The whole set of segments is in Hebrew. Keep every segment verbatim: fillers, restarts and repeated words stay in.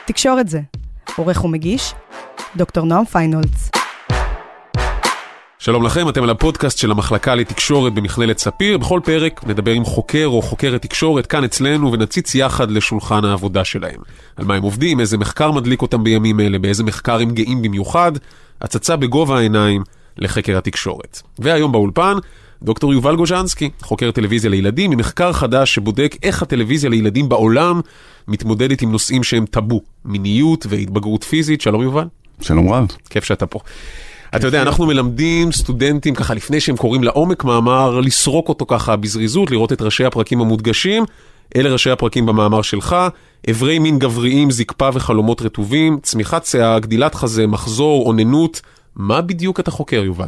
תקשורת זה. עורך ומגיש, דוקטור נועם פיינולץ. שלום לכם, אתם על הפודקאסט של המחלקה לתקשורת במכללת ספיר. בכל פרק נדבר עם חוקר או חוקרת תקשורת כאן אצלנו ונציץ יחד לשולחן העבודה שלהם. על מה הם עובדים, איזה מחקר מדליק אותם בימים אלה, באיזה מחקר הם גאים במיוחד, הצצה בגובה העיניים לחקר התקשורת. והיום באולפן, דוקטור יובל גוז'נסקי, חוקר טלוויזיה לילדים, עם מחקר חדש שבודק איך הטלוויזיה לילדים בעולם מתמודדת עם נושאים שהם טאבו, מיניות והתבגרות פיזית. שלום יובל. שלום רב. כיף שאתה פה. אתה יודע, אנחנו מלמדים סטודנטים ככה לפני שהם קוראים לעומק מאמר, לסרוק אותו ככה בזריזות, לראות את ראשי הפרקים המודגשים. אלה ראשי הפרקים במאמר שלך: עברי מין גבריים, זקפה וחלומות רטובים, צמיחת שיער, גדילת חזה, מחזור, עוננות. מה בדיוק אתה חוקר, יובל?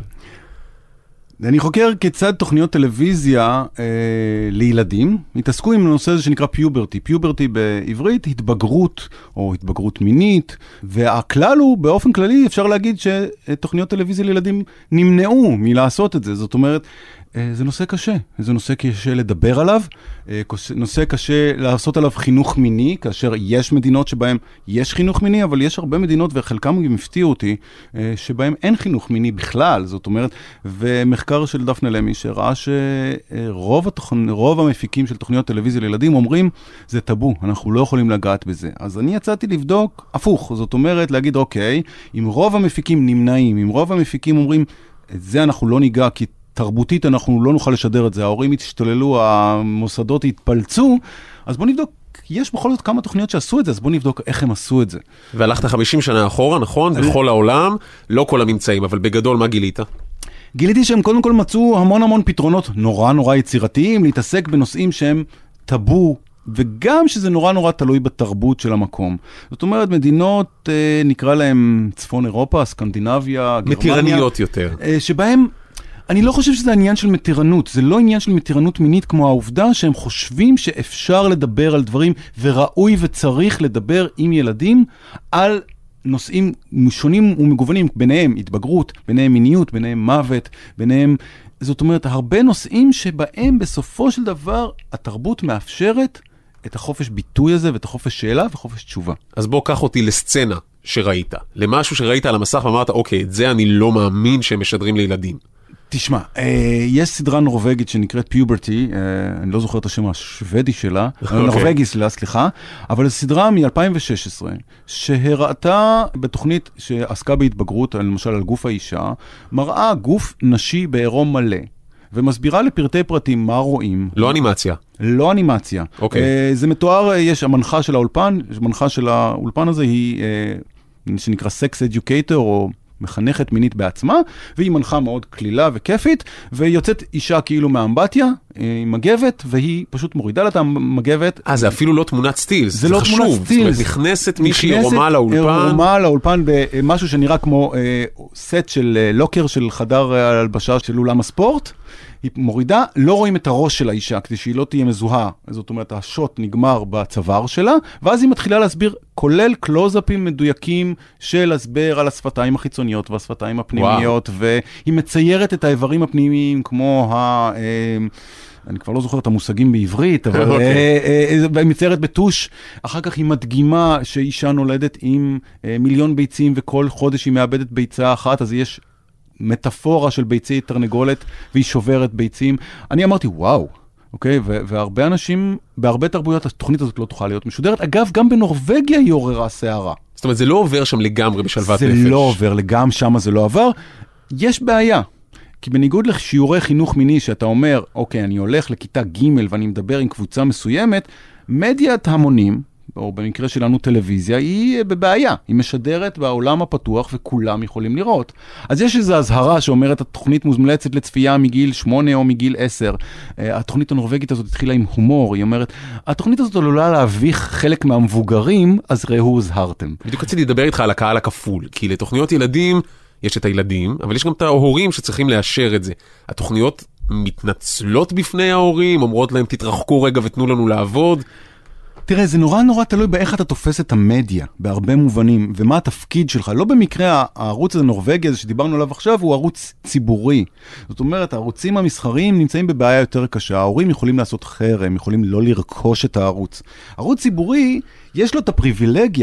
אני חוקר כיצד תוכניות טלוויזיה אה, לילדים התעסקו עם הנושא הזה שנקרא פיוברטי. פיוברטי בעברית, התבגרות או התבגרות מינית, והכלל הוא באופן כללי אפשר להגיד שתוכניות טלוויזיה לילדים נמנעו מלעשות את זה. זאת אומרת, זה נושא קשה, זה נושא קשה לדבר עליו, נושא קשה לעשות עליו חינוך מיני, כאשר יש מדינות שבהן יש חינוך מיני, אבל יש הרבה מדינות, וחלקם גם הפתיעו אותי, שבהן אין חינוך מיני בכלל. זאת אומרת, ומחקר של דפנה למי שראה שרוב התוכנ... רוב המפיקים של תוכניות טלוויזיה לילדים אומרים, זה טאבו, אנחנו לא יכולים לגעת בזה. אז אני יצאתי לבדוק הפוך, זאת אומרת להגיד, אוקיי, אם רוב המפיקים נמנעים, אם רוב המפיקים אומרים, את זה אנחנו לא ניגע, כי תרבותית אנחנו לא נוכל לשדר את זה, ההורים התשתוללו, המוסדות התפלצו, אז בוא נבדוק, יש בכל זאת כמה תוכניות שעשו את זה, אז בוא נבדוק איך הם עשו את זה. והלכת חמישים שנה אחורה, נכון? בכל העולם, לא כל הממצאים, אבל בגדול מה גילית? גיליתי שהם קודם כל מצאו המון המון פתרונות נורא נורא יצירתיים, להתעסק בנושאים שהם טאבו, וגם שזה נורא נורא תלוי בתרבות של המקום. זאת אומרת, מדינות, נקרא להם צפון אירופה, סקנדינביה, גרמניה. מתירניות יותר. שבהם אני לא חושב שזה עניין של מתירנות, זה לא עניין של מתירנות מינית כמו העובדה שהם חושבים שאפשר לדבר על דברים וראוי וצריך לדבר עם ילדים על נושאים שונים ומגוונים, ביניהם התבגרות, ביניהם מיניות, ביניהם מוות, ביניהם, זאת אומרת, הרבה נושאים שבהם בסופו של דבר התרבות מאפשרת את החופש ביטוי הזה ואת החופש שאלה וחופש תשובה. אז בוא קח אותי לסצנה שראית, למשהו שראית על המסך ואמרת, אוקיי, את זה אני לא מאמין שהם משדרים לילדים. תשמע, יש סדרה נורווגית שנקראת פיוברטי, אני לא זוכר את השם השוודי שלה, נורווגי, סליחה, אבל זו סדרה מ-אלפיים ושש עשרה, שהראתה בתוכנית שעסקה בהתבגרות, למשל על גוף האישה, מראה גוף נשי בעירום מלא, ומסבירה לפרטי פרטים מה רואים. לא אנימציה. לא אנימציה. אוקיי. זה מתואר, יש המנחה של האולפן, המנחה של האולפן הזה היא, שנקרא סקס אדיוקייטור, או מחנכת מינית בעצמה, והיא מנחה מאוד כלילה וכיפית, ויוצאת אישה כאילו מהאמבטיה, עם מגבת, והיא פשוט מורידה לה את המגבת. אה, זה אפילו לא תמונת סטילס, זה לא תמונת סטילס. זאת אומרת, נכנסת מישהי רומה לאולפן. רומה לאולפן במשהו שנראה כמו סט של לוקר של חדר הלבשה של אולם הספורט, היא מורידה, לא רואים את הראש של האישה, כדי שהיא לא תהיה מזוהה. זאת אומרת, השוט נגמר בצוואר שלה, ואז היא מתחילה להסביר, כולל קלוזאפים מדויקים של הסבר על השפתיים החיצוניות והשפתיים הפנימיות, וואו. והיא מציירת את האיברים הפנימיים, כמו ה... אני כבר לא זוכר את המושגים בעברית, אבל היא מציירת בטוש. אחר כך היא מדגימה שאישה נולדת עם מיליון ביצים, וכל חודש היא מאבדת ביצה אחת, אז יש מטאפורה של ביצי תרנגולת, והיא שוברת ביצים. אני אמרתי, וואו, אוקיי, והרבה אנשים, בהרבה תרבויות, התוכנית הזאת לא תוכל להיות משודרת. אגב, גם בנורווגיה היא עוררה שערה. זאת אומרת, זה לא עובר שם לגמרי בשלוות נפש. זה לא עובר, גם שם זה לא עבר. יש בעיה. כי בניגוד לשיעורי חינוך מיני, שאתה אומר, אוקיי, אני הולך לכיתה ג' ואני מדבר עם קבוצה מסוימת, מדיית המונים, או במקרה שלנו טלוויזיה, היא בבעיה. היא משדרת בעולם הפתוח וכולם יכולים לראות. אז יש איזו הזהרה שאומרת, התוכנית מומלצת לצפייה מגיל שמונה או מגיל עשר. התוכנית הנורווגית הזאת התחילה עם הומור. היא אומרת, התוכנית הזאת עלולה להביך חלק מהמבוגרים, אז ראו הוזהרתם. בדיוק רציתי לדבר איתך על הקהל הכפול, כי לתוכניות ילדים יש את הילדים, אבל יש גם את ההורים שצריכים לאשר את זה. התוכניות מתנצלות בפני ההורים, אומרות להם, תתרחקו רגע ותנו לנו לעבוד. תראה, זה נורא נורא תלוי באיך אתה תופס את המדיה, בהרבה מובנים, ומה התפקיד שלך. לא במקרה, הערוץ הזה נורווגי הזה שדיברנו עליו עכשיו, הוא ערוץ ציבורי. זאת אומרת, הערוצים המסחריים נמצאים בבעיה יותר קשה. ההורים יכולים לעשות חרם, יכולים לא לרכוש את הערוץ. ערוץ ציבורי, יש לו את הפריבילגיה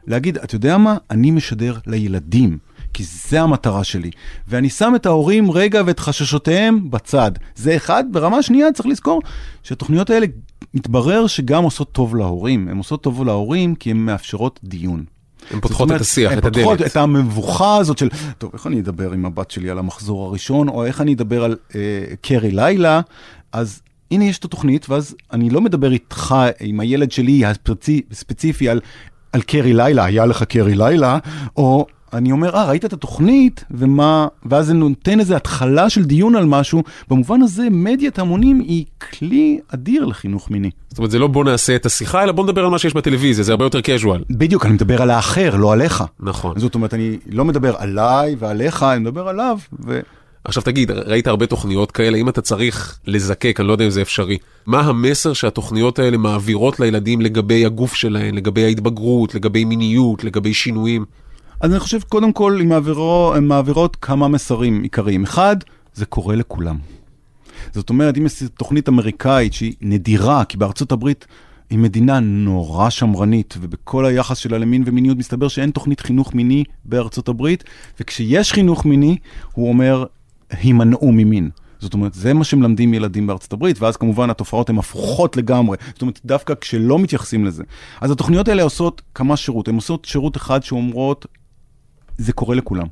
להגיד, אתה יודע מה? אני משדר לילדים, כי זה המטרה שלי. ואני שם את ההורים רגע ואת חששותיהם בצד. זה אחד. ברמה שנייה צריך לזכור שהתוכניות האלה מתברר שגם עושות טוב להורים. הן עושות טוב להורים כי הן מאפשרות דיון. הן פותחות את השיח, את הדלת. הן פותחות את המבוכה הזאת של, טוב, איך אני אדבר עם הבת שלי על המחזור הראשון, או איך אני אדבר על אה, קרי לילה, אז הנה יש את התוכנית, ואז אני לא מדבר איתך, עם הילד שלי הספציפי על, על קרי לילה, היה לך קרי לילה, או אני אומר, אה, ראית את התוכנית, ומה, ואז זה נותן איזו התחלה של דיון על משהו, במובן הזה, מדיית המונים היא כלי אדיר לחינוך מיני. זאת אומרת, זה לא בוא נעשה את השיחה, אלא בוא נדבר על מה שיש בטלוויזיה, זה הרבה יותר קז'ואל. בדיוק, אני מדבר על האחר, לא עליך. נכון. זאת אומרת, אני לא מדבר עליי ועליך, אני מדבר עליו, ו... עכשיו תגיד, ראית הרבה תוכניות כאלה, אם אתה צריך לזקק, אני לא יודע אם זה אפשרי, מה המסר שהתוכניות האלה מעבירות לילדים לגבי הגוף שלהם, לגבי ההתבגרות, לגבי מיניות, לגבי שינויים? אז אני חושב, קודם כל, הן מעבירות, מעבירות כמה מסרים עיקריים. אחד, זה קורה לכולם. זאת אומרת, אם יש תוכנית אמריקאית שהיא נדירה, כי בארצות הברית היא מדינה נורא שמרנית, ובכל היחס שלה למין ומיניות מסתבר שאין תוכנית חינוך מיני בארצות הברית, וכשיש חינוך מיני, הוא אומר, הימנעו ממין. זאת אומרת, זה מה שמלמדים ילדים בארצות הברית, ואז כמובן התופעות הן הפוכות לגמרי. זאת אומרת, דווקא כשלא מתייחסים לזה. אז התוכניות האלה עושות כמה שירות. הן עושות שירות אחד שאומרות, זה קורה לכולם.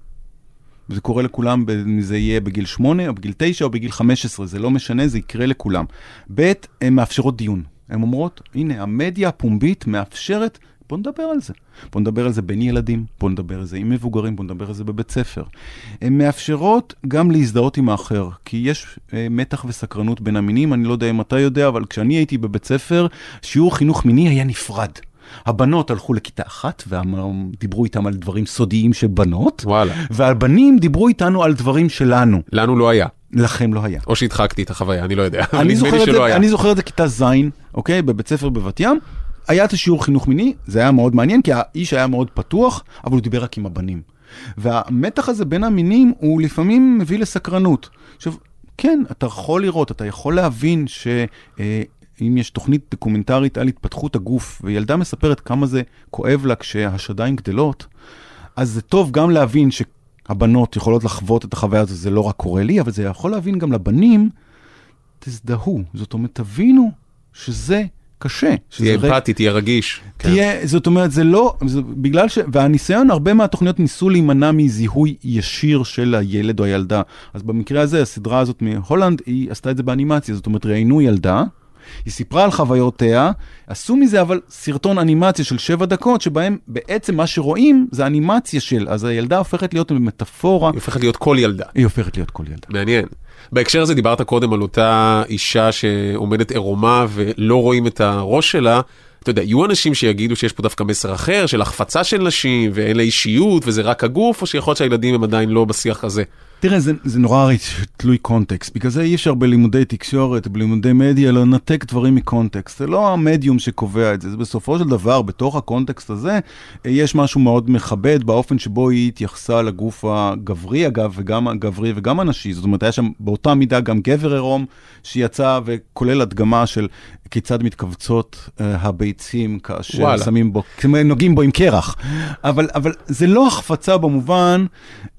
זה קורה לכולם, זה יהיה בגיל שמונה, או בגיל תשע, או בגיל חמש עשרה. זה לא משנה, זה יקרה לכולם. ב' הן מאפשרות דיון. הן אומרות, הנה, המדיה הפומבית מאפשרת, בוא נדבר על זה. בוא נדבר על זה בין ילדים, בוא נדבר על זה עם מבוגרים, בוא נדבר על זה בבית ספר. הן מאפשרות גם להזדהות עם האחר, כי יש אה, מתח וסקרנות בין המינים, אני לא יודע אם אתה יודע, אבל כשאני הייתי בבית ספר, שיעור חינוך מיני היה נפרד. הבנות הלכו לכיתה אחת, ודיברו איתם על דברים סודיים של בנות, וואלה. והבנים דיברו איתנו על דברים שלנו. לנו לא היה. לכם לא היה. או שהדחקתי את החוויה, אני לא יודע. אני זוכר את זה, אני זוכר את זה כיתה זין, אוקיי, בבית ספר בבת ים, היה את השיעור חינוך מיני, זה היה מאוד מעניין, כי האיש היה מאוד פתוח, אבל הוא דיבר רק עם הבנים. והמתח הזה בין המינים, הוא לפעמים מביא לסקרנות. עכשיו, כן, אתה יכול לראות, אתה יכול להבין שאם יש תוכנית דוקומנטרית על התפתחות הגוף, וילדה מספרת כמה זה כואב לה כשהשדיים גדלות, אז זה טוב גם להבין שהבנות יכולות לחוות את החוויה הזו, זה לא רק קורה לי, אבל זה יכול להבין גם לבנים, תזדהו. זאת אומרת, תבינו שזה קשה. תהיה אמפתי, תהיה רגיש. תהיה, זאת אומרת, זה לא, זה בגלל ש... והניסיון, הרבה מהתוכניות ניסו להימנע מזיהוי ישיר של הילד או הילדה. אז במקרה הזה, הסדרה הזאת מהולנד, היא עשתה את זה באנימציה. זאת אומרת, ראיינו ילדה, היא סיפרה על חוויותיה, עשו מזה אבל סרטון אנימציה של שבע דקות, שבהם בעצם מה שרואים זה אנימציה של, אז הילדה הופכת להיות מטאפורה. היא הופכת להיות כל ילדה. היא הופכת להיות כל ילדה. מעניין. בהקשר הזה דיברת קודם על אותה אישה שעומדת עירומה ולא רואים את הראש שלה. אתה יודע, יהיו אנשים שיגידו שיש פה דווקא מסר אחר, של החפצה של נשים, ואין לה אישיות, וזה רק הגוף, או שיכול להיות שהילדים הם עדיין לא בשיח הזה. תראה, זה, זה נורא תלוי קונטקסט, בגלל זה אי אפשר בלימודי תקשורת, בלימודי מדיה, לנתק דברים מקונטקסט. זה לא המדיום שקובע את זה, זה בסופו של דבר, בתוך הקונטקסט הזה, יש משהו מאוד מכבד באופן שבו היא התייחסה לגוף הגברי, אגב, וגם הגברי וגם הנשי. זאת אומרת, היה שם באותה מידה גם גבר עירום, שיצא וכולל הדגמה של כיצד מתכווצות uh, הביצים כאשר וואלה. שמים בו, נוגעים בו עם קרח. אבל, אבל זה לא החפצה במובן... Uh,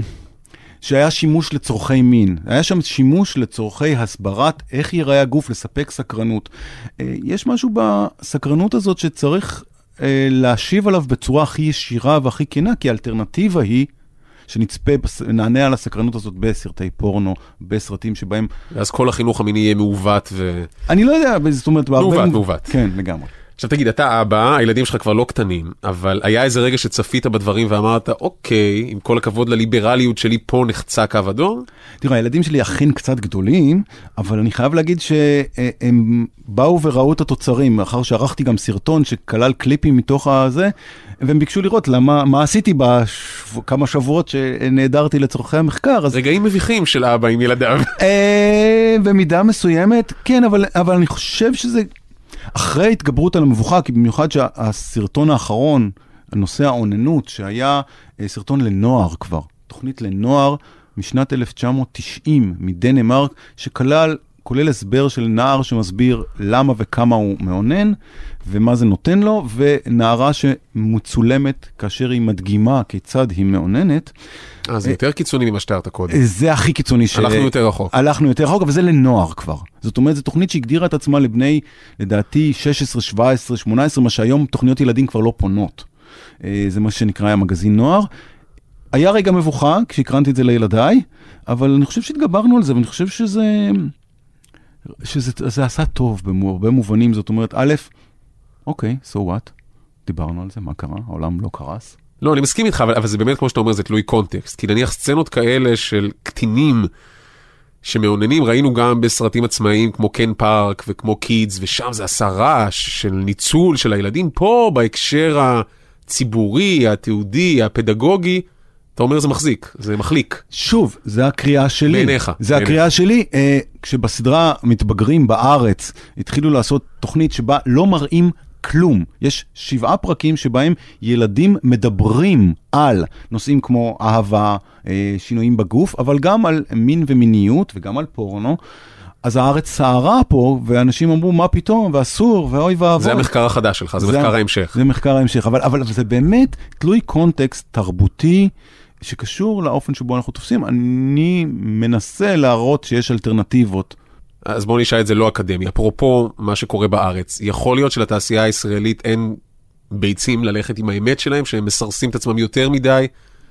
שהיה שימוש לצורכי מין. היה שם שימוש לצורכי הסברת איך ייראה הגוף, לספק סקרנות. יש משהו בסקרנות הזאת שצריך להשיב עליו בצורה הכי ישירה והכי כנה, כי האלטרנטיבה היא שנצפה, נענה על הסקרנות הזאת בסרטי פורנו, בסרטים שבהם... ואז כל החינוך המיני יהיה מעוות ו... אני לא יודע, זאת אומרת... מעוות, מעוות. כן, לגמרי. עכשיו תגיד, אתה אבא, הילדים שלך כבר לא קטנים, אבל היה איזה רגע שצפית בדברים ואמרת, אוקיי, עם כל הכבוד לליברליות שלי, פה נחצה קו אדום? תראה, הילדים שלי אכן קצת גדולים, אבל אני חייב להגיד שהם באו וראו את התוצרים, מאחר שערכתי גם סרטון שכלל קליפים מתוך הזה, והם ביקשו לראות למה, מה עשיתי בכמה שבועות שנעדרתי לצורכי המחקר. רגעים מביכים של אבא עם ילדיו. במידה מסוימת, כן, אבל, אבל אני חושב שזה... אחרי התגברות על המבוכה, כי במיוחד שהסרטון האחרון, הנושא העוננות, שהיה סרטון לנוער כבר, תוכנית לנוער משנת אלף תשע מאות תשעים מדנמרק, שכלל כולל הסבר של נער שמסביר למה וכמה הוא מעונן, ומה זה נותן לו, ונערה שמוצולמת כאשר היא מדגימה כיצד היא מעוננת. אז זה יותר קיצוני ממה שתיארת קודם. זה הכי קיצוני ש... הלכנו יותר רחוק. הלכנו יותר רחוק, אבל זה לנוער כבר. זאת אומרת, זו תוכנית שהגדירה את עצמה לבני, לדעתי, שש עשרה, שבע עשרה, שמונה עשרה, מה שהיום תוכניות ילדים כבר לא פונות. זה מה שנקרא היה מגזין נוער. היה רגע מבוכה כשהקרנתי את זה לילדיי, אבל אני חושב שהתגברנו על זה, ואני חושב שזה... שזה זה עשה טוב בהרבה מובנים. זאת אומרת, א', אוקיי, so what? דיברנו על זה, מה קרה? העולם לא קרס. לא, אני מסכים איתך, אבל, אבל זה באמת, כמו שאתה אומר, זה תלוי קונטקסט. כי נניח סצנות כאלה של קטינים שמעוננים, ראינו גם בסרטים עצמאיים כמו קן פארק וכמו קידס, ושם זה עשה רעש של ניצול של הילדים. פה, בהקשר הציבורי, התיעודי, הפדגוגי, אתה אומר זה מחזיק, זה מחליק. שוב, זה הקריאה שלי. בעיניך. זה הקריאה שלי. אה, כשבסדרה מתבגרים בארץ, התחילו לעשות תוכנית שבה לא מראים כלום. יש שבעה פרקים שבהם ילדים מדברים על נושאים כמו אהבה, אה, שינויים בגוף, אבל גם על מין ומיניות וגם על פורנו. אז הארץ סערה פה, ואנשים אמרו, מה פתאום, ואסור, ואוי ואבוי. זה המחקר החדש שלך, זה, זה מחקר ההמשך. זה מחקר ההמשך, אבל, אבל זה באמת תלוי קונטקסט תרבותי, שקשור לאופן שבו אנחנו תופסים. אני מנסה להראות שיש אלטרנטיבות. אז בואו נשאל את זה לא אקדמי. אפרופו מה שקורה בארץ, יכול להיות שלתעשייה הישראלית אין ביצים ללכת עם האמת שלהם, שהם מסרסים את עצמם יותר מדי,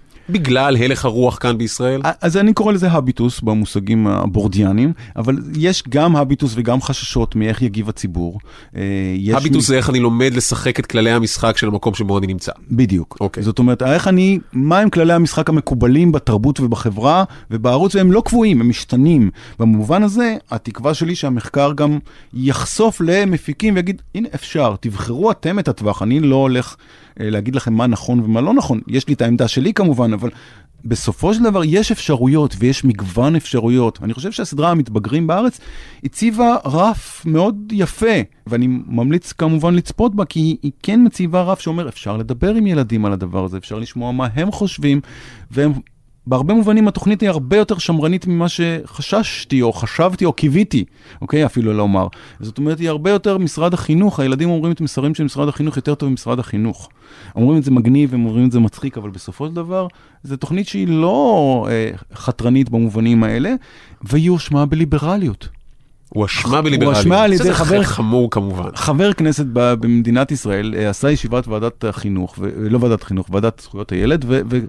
בגלל הלך הרוח כאן בישראל? אז אני קורא לזה הביטוס במושגים הבורדיאנים, אבל יש גם הביטוס וגם חששות מאיך יגיב הציבור. הביטוס זה איך אני לומד לשחק את כללי המשחק של המקום שבו אני נמצא. בדיוק. זאת אומרת, איך אני, מה הם כללי המשחק המקובלים בתרבות ובחברה ובערוץ, והם לא קבועים, הם משתנים. במובן הזה, התקווה שלי שהמחקר גם יחשוף למפיקים ויגיד, הנה אפשר, תבחרו אתם את הטווח, אני לא הולך להגיד לכם מה נכון ומה לא נכון. יש לי את העמדה שלי כמובן, אבל בסופו של דבר יש אפשרויות ויש מגוון אפשרויות. אני חושב שהסדרה המתבגרים בארץ הציבה רף מאוד יפה, ואני ממליץ כמובן לצפות בה, כי היא כן מציבה רף שאומר, אפשר לדבר עם ילדים על הדבר הזה, אפשר לשמוע מה הם חושבים, והם... בהרבה מובנים התוכנית היא הרבה יותר שמרנית ממה שחששתי או חשבתי או קיוויתי, אוקיי? אפילו לא אומר. זאת אומרת, היא הרבה יותר משרד החינוך, הילדים אומרים את מסרים של משרד החינוך יותר טוב ממשרד החינוך. אומרים את זה מגניב, הם אומרים את זה מצחיק, אבל בסופו של דבר, זו תוכנית שהיא לא אה, חתרנית במובנים האלה, והיא הושמעה בליברליות. הוא אשמה בליברליות. הוא אשמה על ידי חבר חמור כמובן. חבר כנסת במדינת ישראל עשה ישיבת ועדת החינוך, לא ועדת חינוך, ועדת זכויות הילד,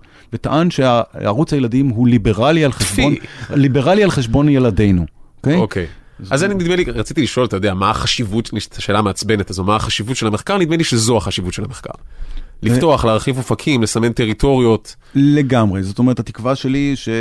וטען שהערוץ הילדים הוא ליברלי על חשבון, ליברלי על חשבון ילדינו. אוקיי. אז אני נדמה לי, רציתי לשאול, אתה יודע, מה החשיבות, שאלה מעצבנת הזו, מה החשיבות של המחקר? נדמה לי שזו החשיבות של המחקר. לפתוח, להרחיב אופקים, לסמן טריטוריות. לגמרי. זאת אומרת, התקווה שלי ש...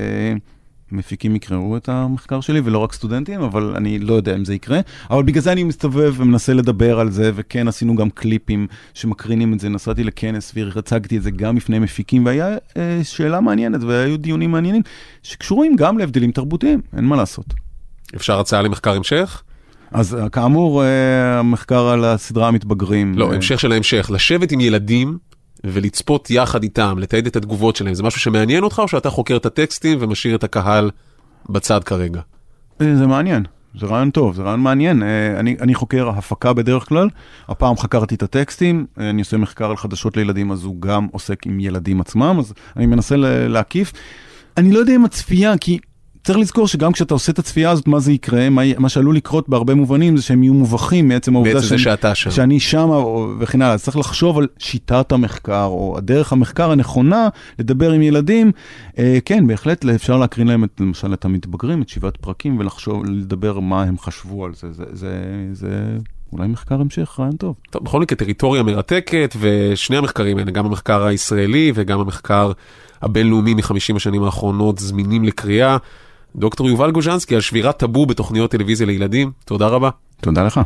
מפיקים יקראו את המחקר שלי, ולא רק סטודנטים, אבל אני לא יודע אם זה יקרה. אבל בגלל זה אני מסתובב ומנסה לדבר על זה, וכן עשינו גם קליפים שמקרינים את זה, נסעתי לכנס והרצגתי את זה גם לפני מפיקים, והיה אה, שאלה מעניינת, והיו דיונים מעניינים, שקשורים גם להבדלים תרבותיים, אין מה לעשות. אפשר הצעה למחקר המשך? אז כאמור, אה, המחקר על הסדרה המתבגרים. לא, אה... המשך של ההמשך, לשבת עם ילדים, ולצפות יחד איתם, לתעד את התגובות שלהם, זה משהו שמעניין אותך, או שאתה חוקר את הטקסטים ומשאיר את הקהל בצד כרגע? זה מעניין, זה רעיון טוב, זה רעיון מעניין. אני, אני חוקר הפקה בדרך כלל, הפעם חקרתי את הטקסטים, אני עושה מחקר על חדשות לילדים, אז הוא גם עוסק עם ילדים עצמם, אז אני מנסה להקיף. אני לא יודע אם הצפייה, כי צריך לזכור שגם כשאתה עושה את הצפייה הזאת, מה זה יקרה, מה, מה שעלול לקרות בהרבה מובנים, זה שהם יהיו מובכים מעצם העובדה שאני, שאתה שם. שאני שם וכן הלאה. אז צריך לחשוב על שיטת המחקר, או הדרך המחקר הנכונה, לדבר עם ילדים. אה, כן, בהחלט אפשר להקרין להם את, למשל את המתבגרים, את שבעת פרקים, ולחשוב, לדבר מה הם חשבו על זה. זה, זה, זה אולי מחקר המשך, רעיון טוב. טוב, בכל מקרה, טריטוריה מרתקת, ושני המחקרים האלה, גם המחקר הישראלי, וגם המחקר הבינלאומי מ-חמישים השנים האחרונות, זמינים לקריאה. דוקטור יובל גוז'נסקי, על שבירת טאבו בתוכניות טלוויזיה לילדים. תודה רבה. תודה לך.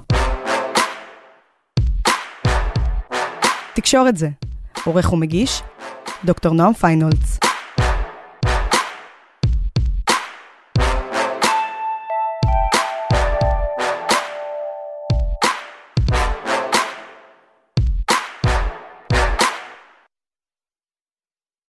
תקשורת זה. עורך ומגיש, דוקטור נועם פיינולץ.